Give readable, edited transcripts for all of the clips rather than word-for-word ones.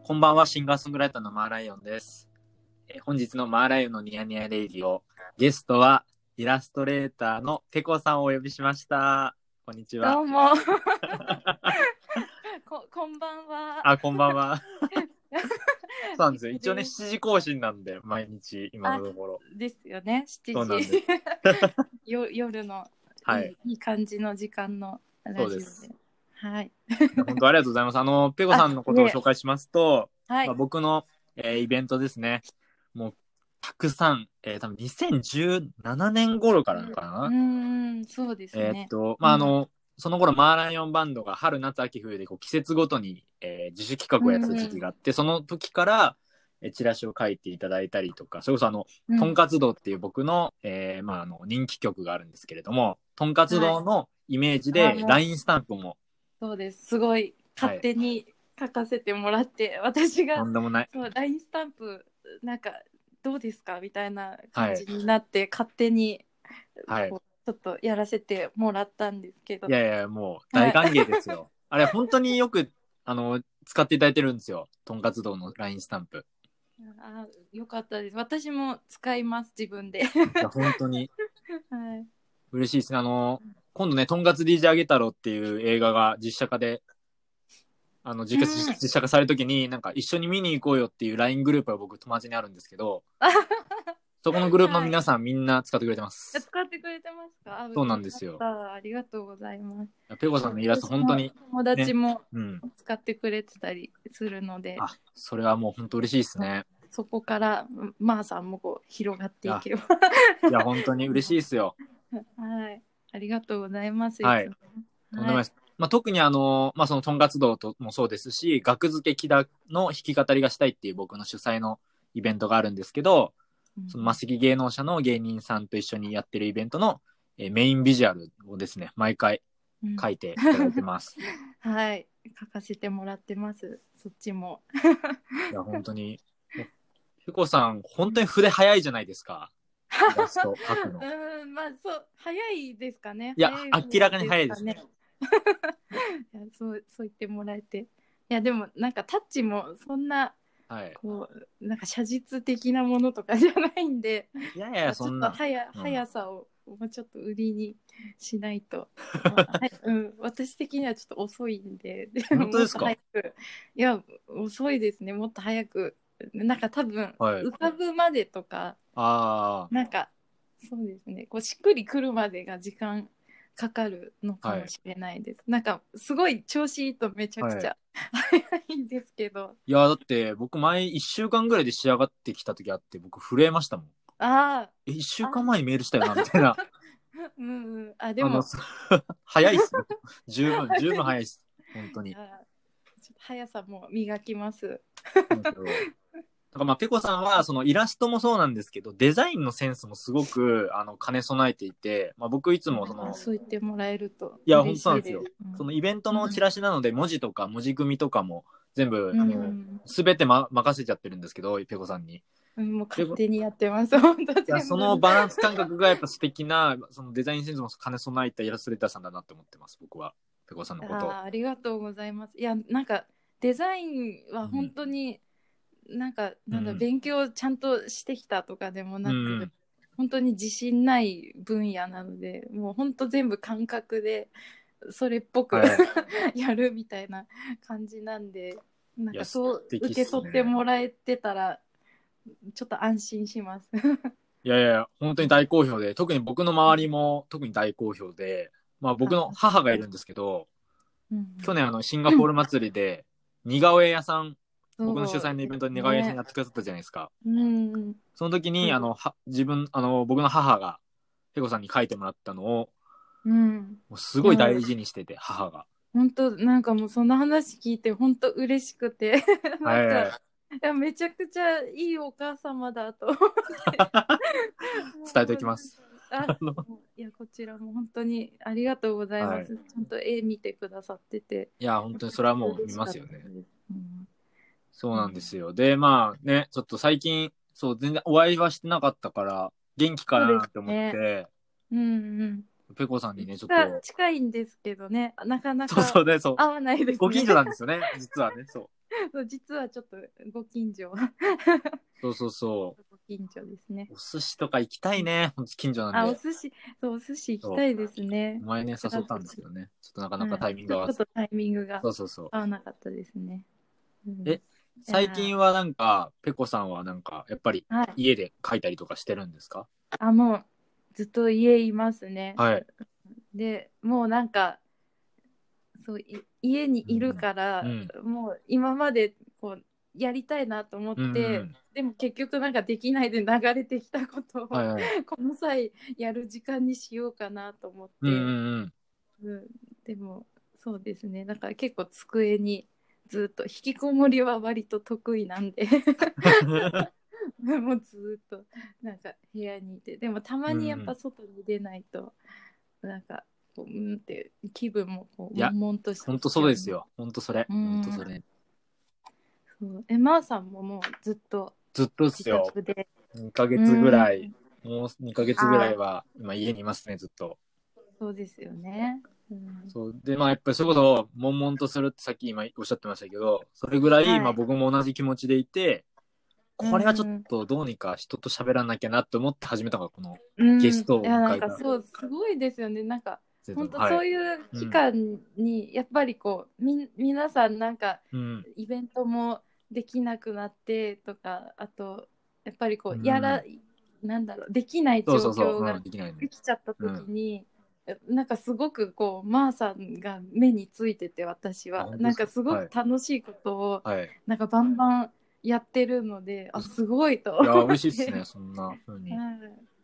こんばんは、シンガーソングライターのマーライオンです。本日のマーライオンのニヤニヤレイディオ、ゲストはイラストレーターのペコさんをお呼びしました。こんにちは。 どうもこんばんは。 こんばんは。そうなんですよ。一応ね、7時更新なんで、毎日、今のところ。 ですよね、 そうなん 7 です。 時。夜のはい。 いい感じの時間のラジオで。 そうです。 はい。 本当ありがとうございます。ペコさんのことを紹介しますと、 はい。 僕の、イベントですね。もう、たくさん、多分2017年頃からかな。 そうですね。 その頃マーライオンバンドが春夏秋冬でこう季節ごとに、自主企画をやってた時期があって、その時から、チラシを書いていただいたりとか、それこそとんかつ堂っていう僕の、人気曲があるんですけれども、とんかつ堂のイメージで LINE スタンプも、 そうです。すごい勝手に書かせてもらって、私がとんでもない。 そう LINE スタンプなんかどうですかみたいな感じになって、勝手にこうちょっとやらせてもらったんですけど。 いやいや、もう大歓迎ですよ。あれ、本当によく、使っていただいてるんですよ。とんかつ堂の LINE スタンプ。 よかったです。私も使います、自分で。 いや、本当に。 はい。 嬉しいですね。今度ね、とんかつ DJ あげ太郎っていう映画が実写化で、実写化されるときに、なんか一緒に見に行こうよっていう LINE グループが僕友達にあるんですけど、そこのグループの皆さんみんな使ってくれてます。 使ってくれてますか？ そうなんですよ。 ありがとうございます。 ペコさんのイラスト本当に、 友達もね、 使ってくれてたりするので、 それはもう本当嬉しいですね。 そこからマーさんもこう広がっていけば。 いや、本当に嬉しいですよ。 はい。ありがとうございます。 はい。とんでもないです。特にそのとんかつ堂ともそうですし、学付け木田の弾き語りがしたいっていう僕の主催のイベントがあるんですけど、そのマセキ芸能者の芸人さんと一緒にやってるイベントの、メインビジュアルをですね、毎回書いていただいてます。 はい。書かせてもらってます。そっちも。 いや、本当に。ペコさん、本当に筆早いじゃないですか。イラスト描くの。 そう、早いですかね。 いや、明らかに早いですね。 いやそう言ってもらえて。いや、でもなんかタッチもそんな、こうなんか写実的なものとかじゃないんで、 いやいや、そんな。 速さをもうちょっと売りにしないと。私的にはちょっと遅いんで。 本当ですか？ いや、遅いですね。もっと早く。なんか多分、浮かぶまでとか、なんか、そうですね。こうしっくりくるまでが時間かかるのかもしれないです。なんか、すごい調子いいとめちゃくちゃ早いんですけど。 いや、だって僕前1週間ぐらいで仕上がってきた時あって、僕震えましたもん。1週間前にメールしたよな、みたいな。 でも、 早いっすね。十分早いっす。本当に。 ちょっと速さも磨きます。 だからペコさんはそのイラストもそうなんですけど、デザインのセンスもすごく兼ね備えていて、僕いつもそう言ってもらえるといや本当なんですよ。そのイベントのチラシなので文字とか文字組みとかも全部全て任せちゃってるんですけど、ペコさんに。 もう勝手にやってます。本当に。 そのバランス感覚がやっぱ素敵なそのデザインセンスも兼ね備えたイラストレーターさんだなって思ってます。僕はペコさんのこと。 ありがとうございます。いや、なんかデザインは本当に、なんか勉強ちゃんとしてきたとかでもなく、本当に自信ない分野なので、もう本当全部感覚でそれっぽく、やるみたいな感じなんで、なんかそう受け取ってもらえてたらちょっと安心します。 いやいや、本当に大好評で、特に僕の周りも特に大好評で、僕の母がいるんですけど、去年シンガポール祭りで似顔絵屋さん、僕の主催のイベントで似顔絵屋さんやってくださったじゃないですか。その時に僕の母がペコさんに書いてもらったのを、もうすごい大事にしてて、母が。 本当なんかもうその話聞いて本当嬉しくてなんか、いやめちゃくちゃいいお母様だと思って伝えておきます。 いやこちらも本当にありがとうございます。ちゃんと絵見てくださってて。 いや本当にそれはもう見ますよね。そうなんですよ。でちょっと最近そう全然お会いはしてなかったから元気かなって思って、ペコさんにねちょっと近いんですけどね、なかなか会わないですね。 ご近所なんですよね、実はね。そう。 そう実はちょっとご近所そうそうそご近所ですね。 う。お寿司とか行きたいね。ほんと近所なんあ、おで。 寿司、そう、お寿司行きたいですね。 前ね、誘ったんですけどね。ちょっとなかなかはい、 タイミング合わず。 ちょっとタイミングがそうそうそう。 合わなかったですね。うん、 え、 いや最近はなんか、ペコさんはなんか、やっぱりはい。 家で描いたりとかしてるんですか？ あ、もうずっと家いますね。 はい。 で、もうなんか、そう家にいるから、 うん。 もう今までこうやりたいなと思っうん。うて、 ん。 でも結局なんかできないで流れてきたことをはいはい。 この際やる時間にしようかなと思っうんて、 うんうん。 うん、でもそうですね、だから結構机にずっと引きこもりは割と得意なんでもうずっとなんか部屋にいて、でもたまにやっぱうんうん。 外に出ないとなんかこううんって気分もこういや、 悶々としほんとてきちゃうんで。 そうですよ。ほんとそれ。 うほんとん、 それ。 そう。マーさんももうずっとずっとっ自すよ。 宅で。 2ヶう月ぐらい。 ん。 もう2ヶ月ぐらああ、 いは今家にいますね、ずっと。 そうですよね。うん、 そう。で、まあやっぱりそういうことを悶々とするってさっき今おっしゃってましたけど、それぐらい、まあはい。 僕も同じ気持ちでいて、 うこれはちょっん。 とどうにか人と喋らなきゃなって思って始めたのがこのうん。いゲストをや、なん迎えたかそう、すごいですよね。なんか、本当はい。 そういう期うん。 間に、やっぱりこう、皆さんなんか、 うん。 イベントもできなくなってとか、あと、やっぱりこう、 うん。 なんだろう、できないそうそうそう。 状況がうん。できないね。 できちゃったうん。 時に、なんかすごくこう、マーさんが目についてて、私あ、 は。 本当ですか？ なんかすごはい。 く楽しいことを、 はい。 なんかバンバンやってるので、あ、すごいといや、 思嬉しいっすね。 って。 そんな風に。 はい、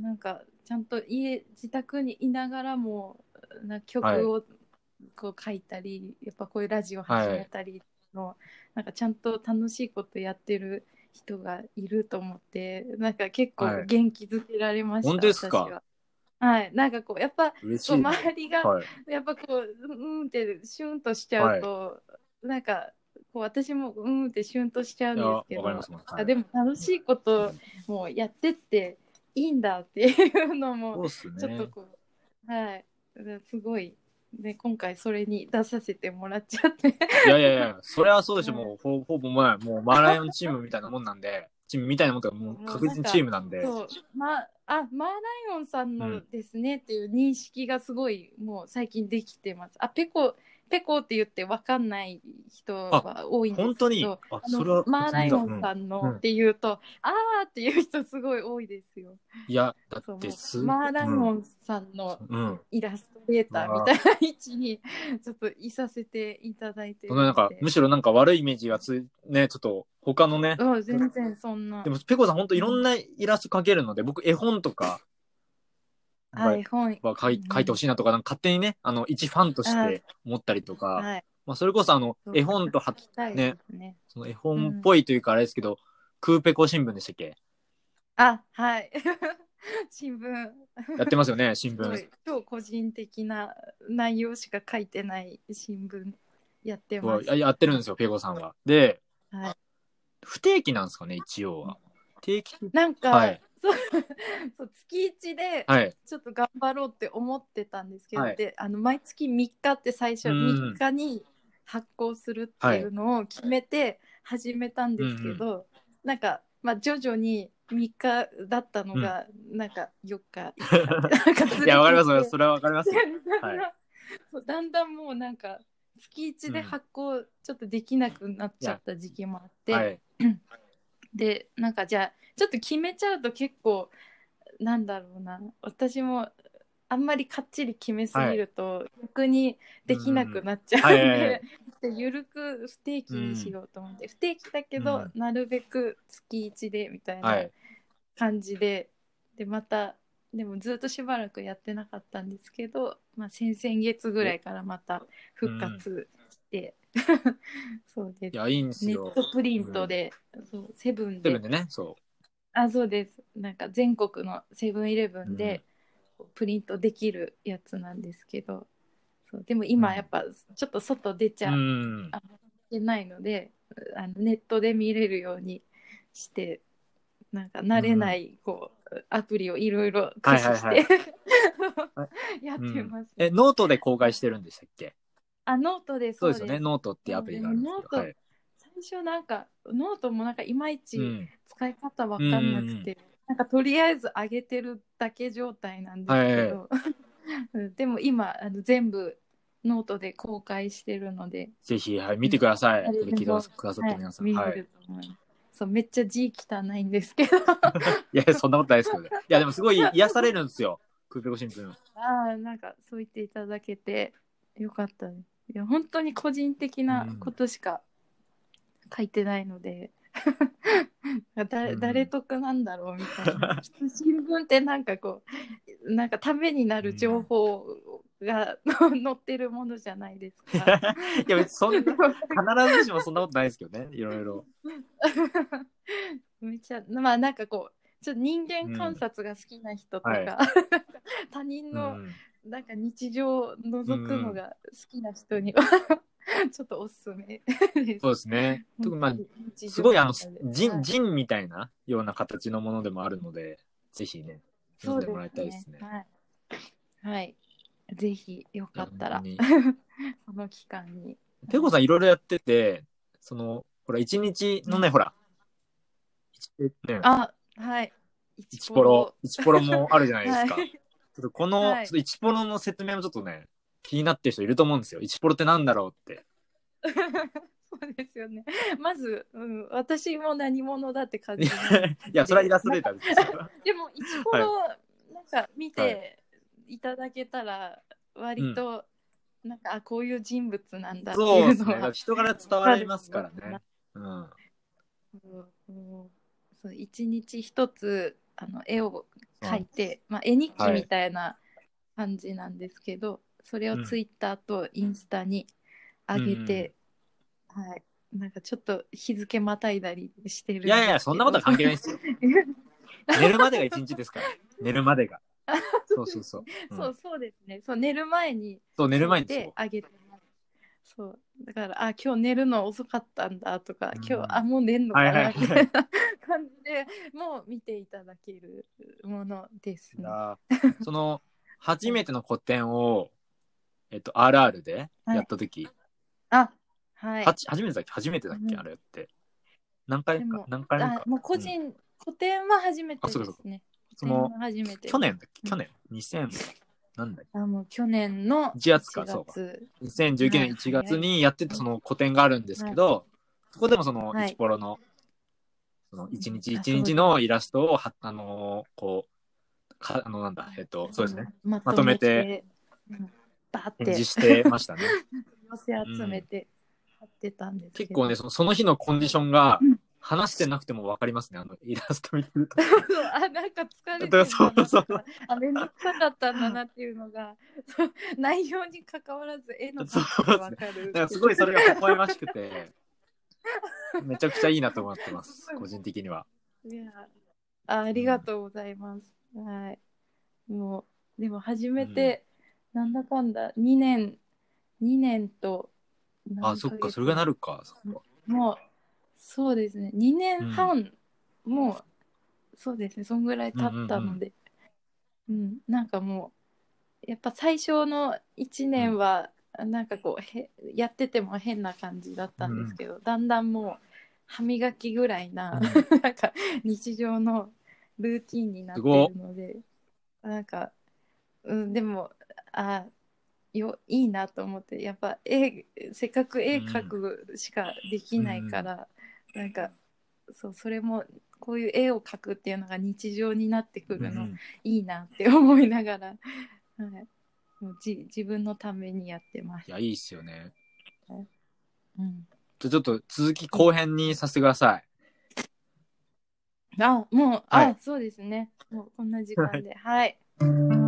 なんかちゃんと自宅にいながらもはい。 曲をこう書いたり、やっぱこういうラジオ始はい。 めたりの、なんかちゃんと楽しいことやってる人がいると思って、なんか結構はい。 元気づけられまし本た、 当ですか？ 私は。はい、なんかこうやっぱこう嬉しいな。 周りがはい。 やっぱこううんってシュンとしちゃうはい。 と、なんかこう私もうんってシュンとしちゃういや、 んですわけど、 かりますもん。 あ、 はい。 でも楽しいこともやってっていいんだっていうのもそうっすね。 ちょっとこう、はい、すごい、で今回それに出させてもらっちゃっていやいやいや、それはそうでしょ。 はい、 ほぼ前、もうマーライオンチームみたいなもんなんで、チームみたいなもんとか、もうもう確実にチーなんかムなんで。 そう、マーライオンさんうん。 のですねっていう認識がすごいもう最近できてます。ペコって言って分かんない人あ、 は多いんで本当に。 すけど、 あ、それはマー初耳だ。 ライオンうん。 さんのっうん。 て言うと、あーっていう人すごい多いですよ。 いや、だっそう、もう、 てマーライうん。 オンさんのうん。 イラストレーターみたわあ。 いな位置にちょっといさせていただいてそのなんか、 るので、 むしろなんか悪いイメージがね、ちょっと他のね。 うん、全然そんな。 でも、ペコさん本当いうん、 ろんなイラスト描けるので、僕絵本とか、 はい、本、 はうんう書いてほん、 しいなとか、なんか勝手にね、一ファンとしあ、 て思ったりとか、 はい。 まあ、それこそそう、 絵本と書きたいでね、 すね。 その絵本っうん。 ぽいというかあれですけど、クーペコ新聞でしたっけ？ あ、はい。新聞。 やってますよね、新聞。 すごい、超個人的な内容しか書いてない新聞やってます。 やってるんですよ、ペコさんは。で、 はい。 不定期なんですかね、一応は。定期なんか、 はい。 そう月1ではい。 ちょっと頑張ろうって思ってたんですけど、 はい。 で、毎月3日って最う初3 ん。 日に発行するってはい。 いうのを決めて始めたんですけうんうん。 ど、なんか、まあ、徐々に3日だったのうん。 が、なんか4日、5日ってなんかずいや、 れわかりますよ。 ていって、 それはわかりますよ。はい。 だんだんそうだんだんもうなんか月1でうん。 発行ちょっとできなくなっいや、 ちゃった時期もあって、 はい。 でなんかじゃあちょっと決めちゃうと結構なんだろうな、私もあんまりかっちり決めすはい。 ぎると逆にうできなくん。 なっちゃはいうんで、 はいはい。 ゆるく不定期にしうん。 ようと思って、不定期だけどうん。 なるべく月1でみたいなはい。 感じでまたでもずっとしばらくやってなかったんですけど、まあ、先々月ぐらお、 いからまた復うん。 活してそうでいや、いいんすネッよ。 トプリンうん。 トでそうセブンで、 セブンでね、そあ、そうです、なんか全国のセブンイレブう。うん。 ンでプリントできるやつなんですけど、そうでもうん。 今やっぱちょっと外出ちうゃん。 いけないので、ネットで見れるようにしてなんか慣れなうん。 いこうアプリをいろいろ駆はいは使していはい。はい。 やっうん。 てますね。 ノートで公開してるんでしたっけ？ あ、ノートでそうですよね。 そうです。 ノートっていうアそうでプリがあるんですけど。はもノートい。 初なんかノートもなんかいまいちうん。 使い方わかんなくて、なんかとりあえず上げてるだけ状態なんですけど、でも今全部ノートで公開してるので、 ぜひ、はい、見てください。こ誰でもれ聞いてくださった皆さん。 見はい。 れると思います。そう、めっちゃ字汚いんですけど。 いや、そんなことないですけどね。いや、でもすごい癒されるんですよ。クーペコ新聞。 ああ、なんかそう言っていただけてよかったです。いや、本当に個人的なことしか書いてないので、誰得なんだろうみたいな。普通新聞ってなんかこう、なんかためになる情報が載ってるものじゃないですか。 いや、別にそんな、必ずしもそんなことないですけどね。いろいろ。 めっちゃ、まあなんかこう、ちょっと人間観察が好きな人とか、 はい他人のうん。 なんか日常を覗くのが好きな人には、ちょっとおすすめです。 そうですね。特にまあ、 日常すごいはい人みたいなような形のものでもあるので、ぜひね、読んでもらいたいですね。 はい。はい。ぜひよかったらいや、 この期間に。 ペコさんいろいろやってて、その、ほら、一日のね、ほら、ね、 あ、はい。 一ポロもあるじゃないですか。 はいちょっとこの、 はいちょっと一ポロの説明もちょっとね、気になってる人いると思うんですよ。一ポロってなんだろうって。 そうですよね。まず、私も何者だって感じいや、それはイラストレーターですよ。 でも、一ポロ、なんか見ていただけたら、割と、なんか、こういう人物なんだってそうですね。 いうのは。 人から伝わりますからね。うん。 そう一日一つ絵を描いて、まあ、絵日記みたいな感じなんですけど、それをツイッターとインスタに上げて、はい、なんかちょっと日付またいだりしてるんですけど。 いやいや、そんなことは関係ないですよ。寝るまでが一日ですから。寝るまでが。そうそうそう。 そうですね。そう、寝る前に。 そう、寝る前にあげてます。そう。だから、今日寝るの遅かったんだとか、今日、もう寝んのかなみたいな感じでもう見ていただけるものですね。 その、初めての個展を、RR でやったとき。 はい。 初めてだっけあれって。何回目か。 もう個人、個展は初めてですね。 その、去年だっけ去年 ?2000、なんだっけもう去年の 1月か、そうか。2019年1月にやってたその個展があるんですけど、そこでもその、一ポロの、その、一日一日のイラストを、こう、なんだ、そうですね。まとめて、展示してましたね。 寄せ集めて貼ってたんですけど。 結構ね、その日のコンディションが、話してなくても分かりますね、イラスト見てると。 なんか疲れてるそう。 めんどくさかったんだなっていうのが、内容に関わらず絵のそうですね。だからすごいそれが微笑ましくて、めちゃくちゃいいなと思ってます、個人的には。 いや、ありがとうございます。はい。もう、でも初めて、なんだかんだ2年とそっか、それがなるか。 もう、そうですね、2年半、もう、そうですね、そんぐらい経ったので、なんかもう、やっぱ最初の1年は、なんかこうやってても変な感じだったんですけど、だんだんもう歯磨きぐらいな、なんか日常のルーティンになってるので、なんか、でもいいなと思って、やっぱせっかく絵描くしかできないから、なんかそれもこういう絵を描くっていうのが日常になってくるの、いいなって思いながら、もう自分のためにやってます。 いや、いいっすよね。 ちょっと続き後編にさせてください。 もう、そうですね。もうこんな時間で。はい。